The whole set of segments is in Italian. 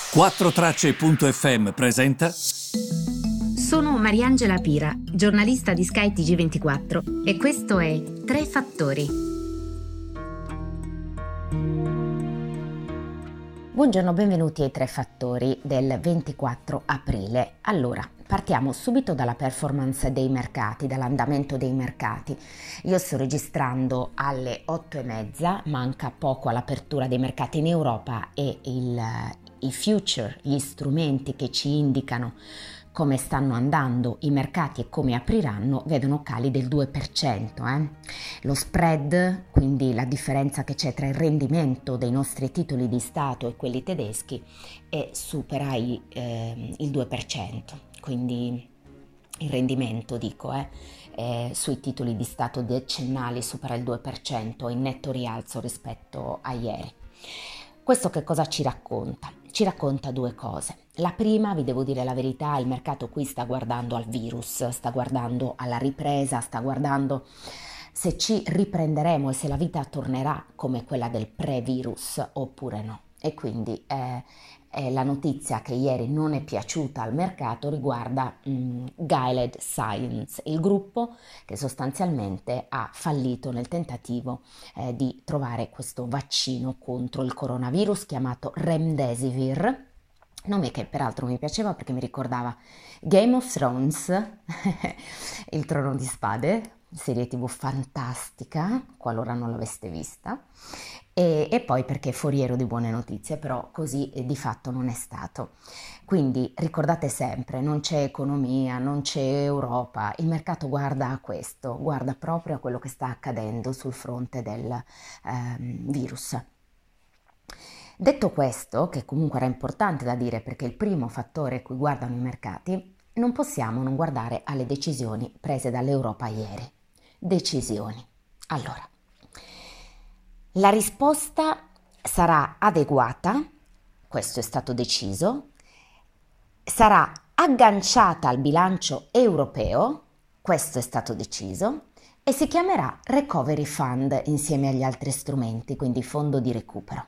4Tracce.fm presenta. Sono Mariangela Pira, giornalista di Sky TG24 e questo è Tre Fattori. Buongiorno, benvenuti ai Tre Fattori del 24 aprile. Allora, partiamo subito dalla performance dei mercati, dall'andamento dei mercati. Io sto registrando alle 8:30, manca poco all'apertura dei mercati in Europa e i future, gli strumenti che ci indicano come stanno andando i mercati e come apriranno, vedono cali del 2%. Lo spread, quindi la differenza che c'è tra il rendimento dei nostri titoli di Stato e quelli tedeschi, supera il 2%, quindi il rendimento, sui titoli di Stato decennali supera il 2%, in netto rialzo rispetto a ieri. Questo che cosa ci racconta? Ci racconta due cose. La prima, vi devo dire la verità, il mercato qui sta guardando al virus, sta guardando alla ripresa, sta guardando se ci riprenderemo e se la vita tornerà come quella del pre-virus oppure no. E quindi la notizia che ieri non è piaciuta al mercato riguarda Gilead Sciences, il gruppo che sostanzialmente ha fallito nel tentativo di trovare questo vaccino contro il coronavirus chiamato Remdesivir, nome che peraltro mi piaceva perché mi ricordava Game of Thrones, il Trono di Spade, serie TV fantastica, qualora non l'aveste vista, e poi perché è foriero di buone notizie, però così di fatto non è stato. Quindi ricordate sempre, non c'è economia, non c'è Europa, il mercato guarda a questo, guarda proprio a quello che sta accadendo sul fronte del virus. Detto questo, che comunque era importante da dire perché è il primo fattore a cui guardano i mercati, non possiamo non guardare alle decisioni prese dall'Europa ieri. Decisioni. Allora, la risposta sarà adeguata, questo è stato deciso, sarà agganciata al bilancio europeo, questo è stato deciso, e si chiamerà Recovery Fund insieme agli altri strumenti, quindi fondo di recupero.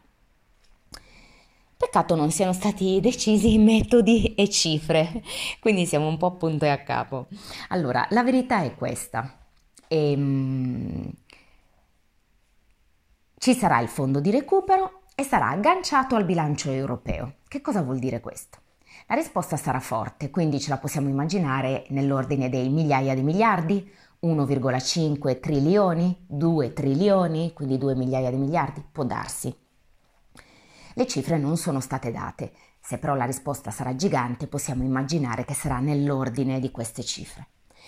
Peccato non siano stati decisi metodi e cifre, quindi siamo un po' punto e a capo. Allora, la verità è questa. Ci sarà il fondo di recupero e sarà agganciato al bilancio europeo. Che cosa vuol dire questo? La risposta sarà forte, quindi ce la possiamo immaginare nell'ordine dei migliaia di miliardi, 1,5 trilioni, 2 trilioni, quindi 2 migliaia di miliardi, può darsi. Le cifre non sono state date, se però la risposta sarà gigante possiamo immaginare che sarà nell'ordine di queste cifre.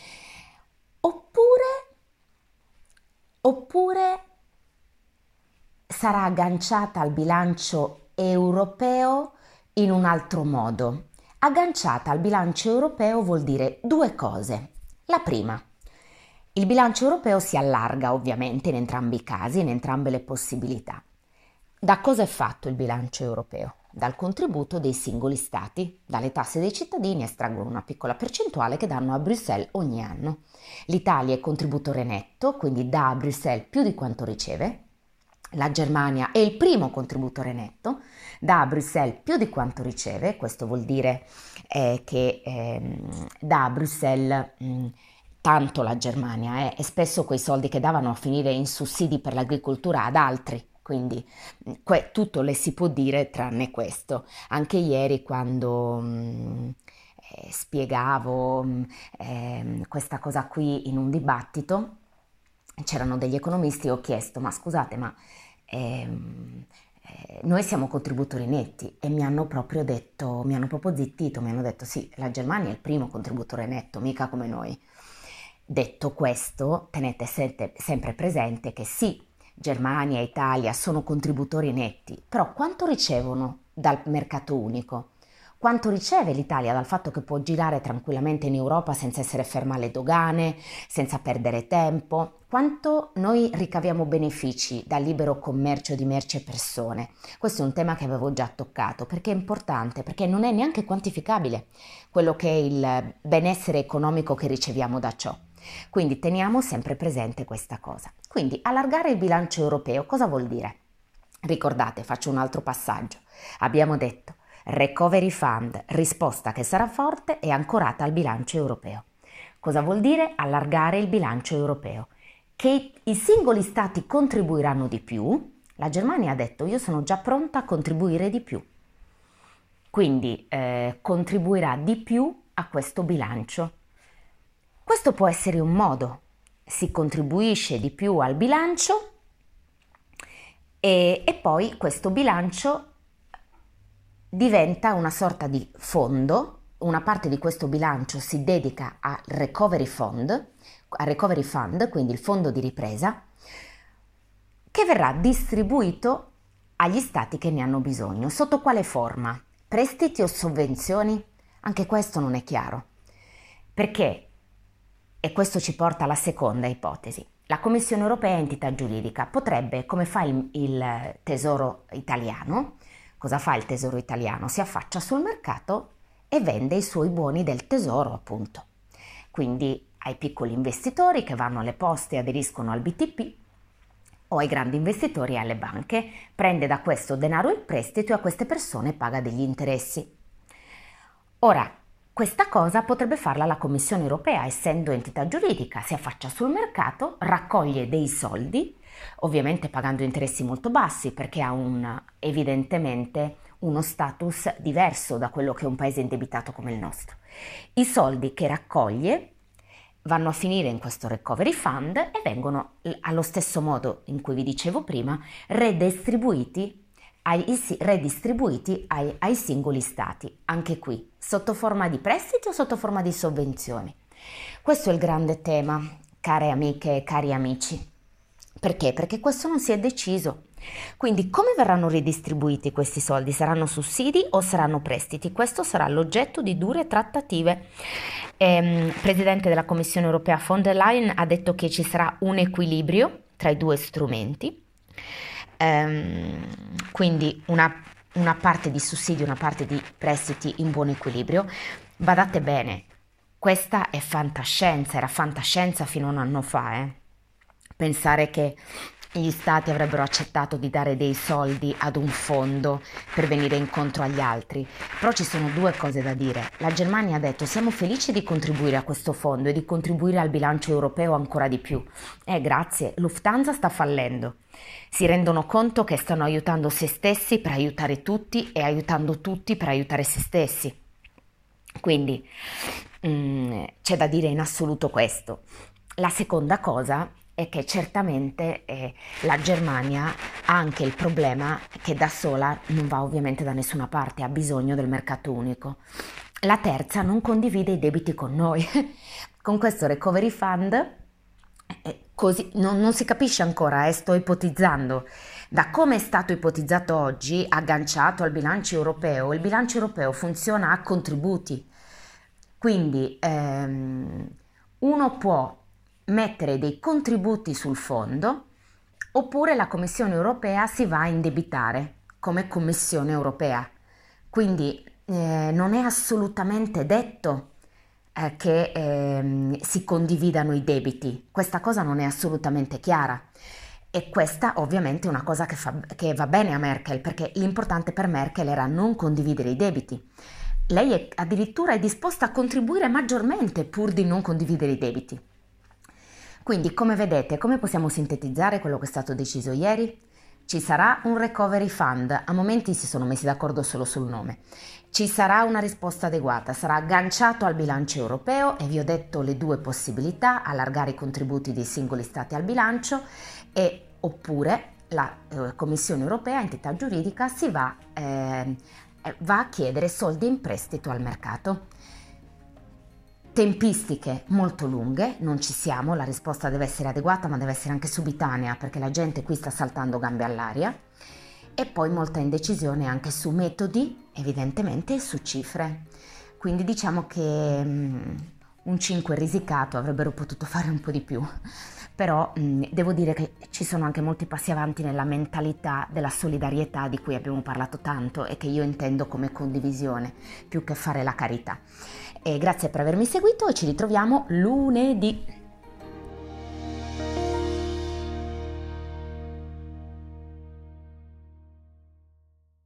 Oppure sarà agganciata al bilancio europeo in un altro modo. Agganciata al bilancio europeo vuol dire due cose. La prima, il bilancio europeo si allarga ovviamente in entrambi i casi, in entrambe le possibilità. Da cosa è fatto il bilancio europeo? Dal contributo dei singoli stati, dalle tasse dei cittadini estraggono una piccola percentuale che danno a Bruxelles ogni anno. L'Italia è contributore netto, quindi dà a Bruxelles più di quanto riceve. La Germania è il primo contributore netto, dà a Bruxelles più di quanto riceve, questo vuol dire che dà a Bruxelles tanto la Germania e spesso quei soldi che davano a finire in sussidi per l'agricoltura ad altri. Quindi tutto le si può dire tranne questo. Anche ieri quando spiegavo questa cosa qui in un dibattito, c'erano degli economisti, ho chiesto, ma scusate, ma noi siamo contributori netti e mi hanno proprio zittito, mi hanno detto sì, la Germania è il primo contributore netto, mica come noi. Detto questo, tenete sempre presente che sì, Germania e Italia sono contributori netti, però quanto ricevono dal mercato unico? Quanto riceve l'Italia dal fatto che può girare tranquillamente in Europa senza essere ferma alle dogane, senza perdere tempo? Quanto noi ricaviamo benefici dal libero commercio di merci e persone? Questo è un tema che avevo già toccato perché è importante, perché non è neanche quantificabile quello che è il benessere economico che riceviamo da ciò. Quindi teniamo sempre presente questa cosa. Quindi allargare il bilancio europeo cosa vuol dire? Ricordate, faccio un altro passaggio. Abbiamo detto Recovery Fund, risposta che sarà forte e ancorata al bilancio europeo. Cosa vuol dire allargare il bilancio europeo? Che i singoli stati contribuiranno di più. La Germania ha detto io sono già pronta a contribuire di più. Quindi contribuirà di più a questo bilancio. Questo può essere un modo, si contribuisce di più al bilancio e poi questo bilancio diventa una sorta di fondo, una parte di questo bilancio si dedica al Recovery Fund, quindi il fondo di ripresa, che verrà distribuito agli stati che ne hanno bisogno. Sotto quale forma? Prestiti o sovvenzioni? Anche questo non è chiaro. Perché? E questo ci porta alla seconda ipotesi. La Commissione europea è entità giuridica, potrebbe, come fa il Tesoro italiano, cosa fa il Tesoro italiano? Si affaccia sul mercato e vende i suoi buoni del Tesoro, appunto. Quindi ai piccoli investitori che vanno alle poste e aderiscono al BTP, o ai grandi investitori e alle banche, prende da questo denaro il prestito e a queste persone paga degli interessi. Ora, questa cosa potrebbe farla la Commissione europea, essendo entità giuridica, si affaccia sul mercato, raccoglie dei soldi, ovviamente pagando interessi molto bassi perché ha evidentemente uno status diverso da quello che è un paese indebitato come il nostro. I soldi che raccoglie vanno a finire in questo Recovery Fund e vengono, allo stesso modo in cui vi dicevo prima, redistribuiti ai singoli stati, anche qui, sotto forma di prestiti o sotto forma di sovvenzioni. Questo è il grande tema, care amiche e cari amici. Perché? Perché questo non si è deciso. Quindi come verranno ridistribuiti questi soldi? Saranno sussidi o saranno prestiti? Questo sarà l'oggetto di dure trattative. Presidente della Commissione europea von der Leyen ha detto che ci sarà un equilibrio tra i due strumenti, quindi una parte di sussidi, una parte di prestiti in buon equilibrio. Badate bene, questa è fantascienza, era fantascienza fino a un anno fa, Pensare che gli stati avrebbero accettato di dare dei soldi ad un fondo per venire incontro agli altri. Però ci sono due cose da dire. La Germania ha detto siamo felici di contribuire a questo fondo e di contribuire al bilancio europeo ancora di più. Grazie, Lufthansa sta fallendo. Si rendono conto che stanno aiutando se stessi per aiutare tutti e aiutando tutti per aiutare se stessi. Quindi c'è da dire in assoluto questo. La seconda cosa è che certamente la Germania ha anche il problema che da sola non va ovviamente da nessuna parte, ha bisogno del mercato unico. La terza non condivide i debiti con noi. Con questo Recovery Fund così non si capisce ancora, sto ipotizzando. Da come è stato ipotizzato oggi, agganciato al bilancio europeo, il bilancio europeo funziona a contributi. Quindi uno può mettere dei contributi sul fondo oppure la Commissione europea si va a indebitare come Commissione europea. Quindi non è assolutamente detto che si condividano i debiti. Questa cosa non è assolutamente chiara. E questa ovviamente è una cosa che va bene a Merkel, perché l'importante per Merkel era non condividere i debiti. Lei addirittura è disposta a contribuire maggiormente pur di non condividere i debiti. Quindi, come vedete, come possiamo sintetizzare quello che è stato deciso ieri? Ci sarà un Recovery Fund, a momenti si sono messi d'accordo solo sul nome. Ci sarà una risposta adeguata, sarà agganciato al bilancio europeo e vi ho detto le due possibilità, allargare i contributi dei singoli stati al bilancio oppure la Commissione europea, entità giuridica, va a chiedere soldi in prestito al mercato. Tempistiche molto lunghe, non ci siamo, la risposta deve essere adeguata ma deve essere anche subitanea perché la gente qui sta saltando gambe all'aria e poi molta indecisione anche su metodi, evidentemente, e su cifre. Quindi diciamo che un 5 risicato, avrebbero potuto fare un po' di più, però devo dire che ci sono anche molti passi avanti nella mentalità della solidarietà di cui abbiamo parlato tanto e che io intendo come condivisione più che fare la carità. E grazie per avermi seguito e ci ritroviamo lunedì.